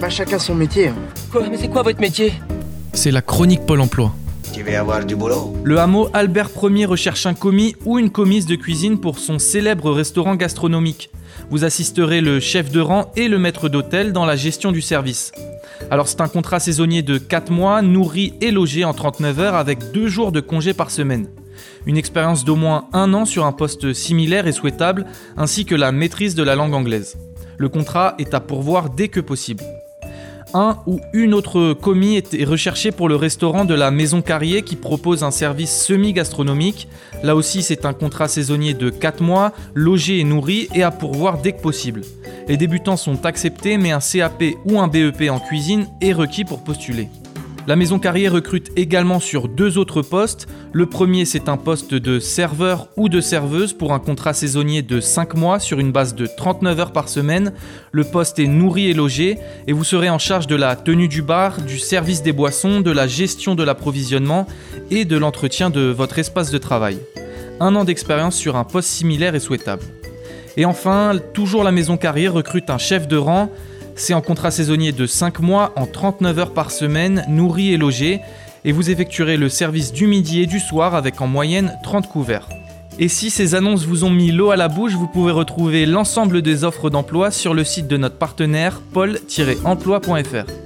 pas chacun son métier. Quoi? Mais c'est quoi votre métier? C'est la chronique Pôle emploi. Tu veux avoir du boulot? Le hameau Albert Ier recherche un commis ou une commise de cuisine pour son célèbre restaurant gastronomique. Vous assisterez le chef de rang et le maître d'hôtel dans la gestion du service. Alors c'est un contrat saisonnier de 4 mois, nourri et logé en 39 heures avec 2 jours de congé par semaine. Une expérience d'au moins 1 an sur un poste similaire est souhaitable, ainsi que la maîtrise de la langue anglaise. Le contrat est à pourvoir dès que possible. Un ou une autre commis est recherché pour le restaurant de la Maison Carrier qui propose un service semi-gastronomique. Là aussi, c'est un contrat saisonnier de 4 mois, logé et nourri et à pourvoir dès que possible. Les débutants sont acceptés, mais un CAP ou un BEP en cuisine est requis pour postuler. La Maison Carrier recrute également sur 2 autres postes. Le premier, c'est un poste de serveur ou de serveuse pour un contrat saisonnier de 5 mois sur une base de 39 heures par semaine. Le poste est nourri et logé et vous serez en charge de la tenue du bar, du service des boissons, de la gestion de l'approvisionnement et de l'entretien de votre espace de travail. 1 an d'expérience sur un poste similaire est souhaitable. Et enfin, toujours la Maison Carrier recrute un chef de rang. C'est en contrat saisonnier de 5 mois en 39 heures par semaine, nourri et logé, et vous effectuerez le service du midi et du soir avec en moyenne 30 couverts. Et si ces annonces vous ont mis l'eau à la bouche, vous pouvez retrouver l'ensemble des offres d'emploi sur le site de notre partenaire pôle-emploi.fr.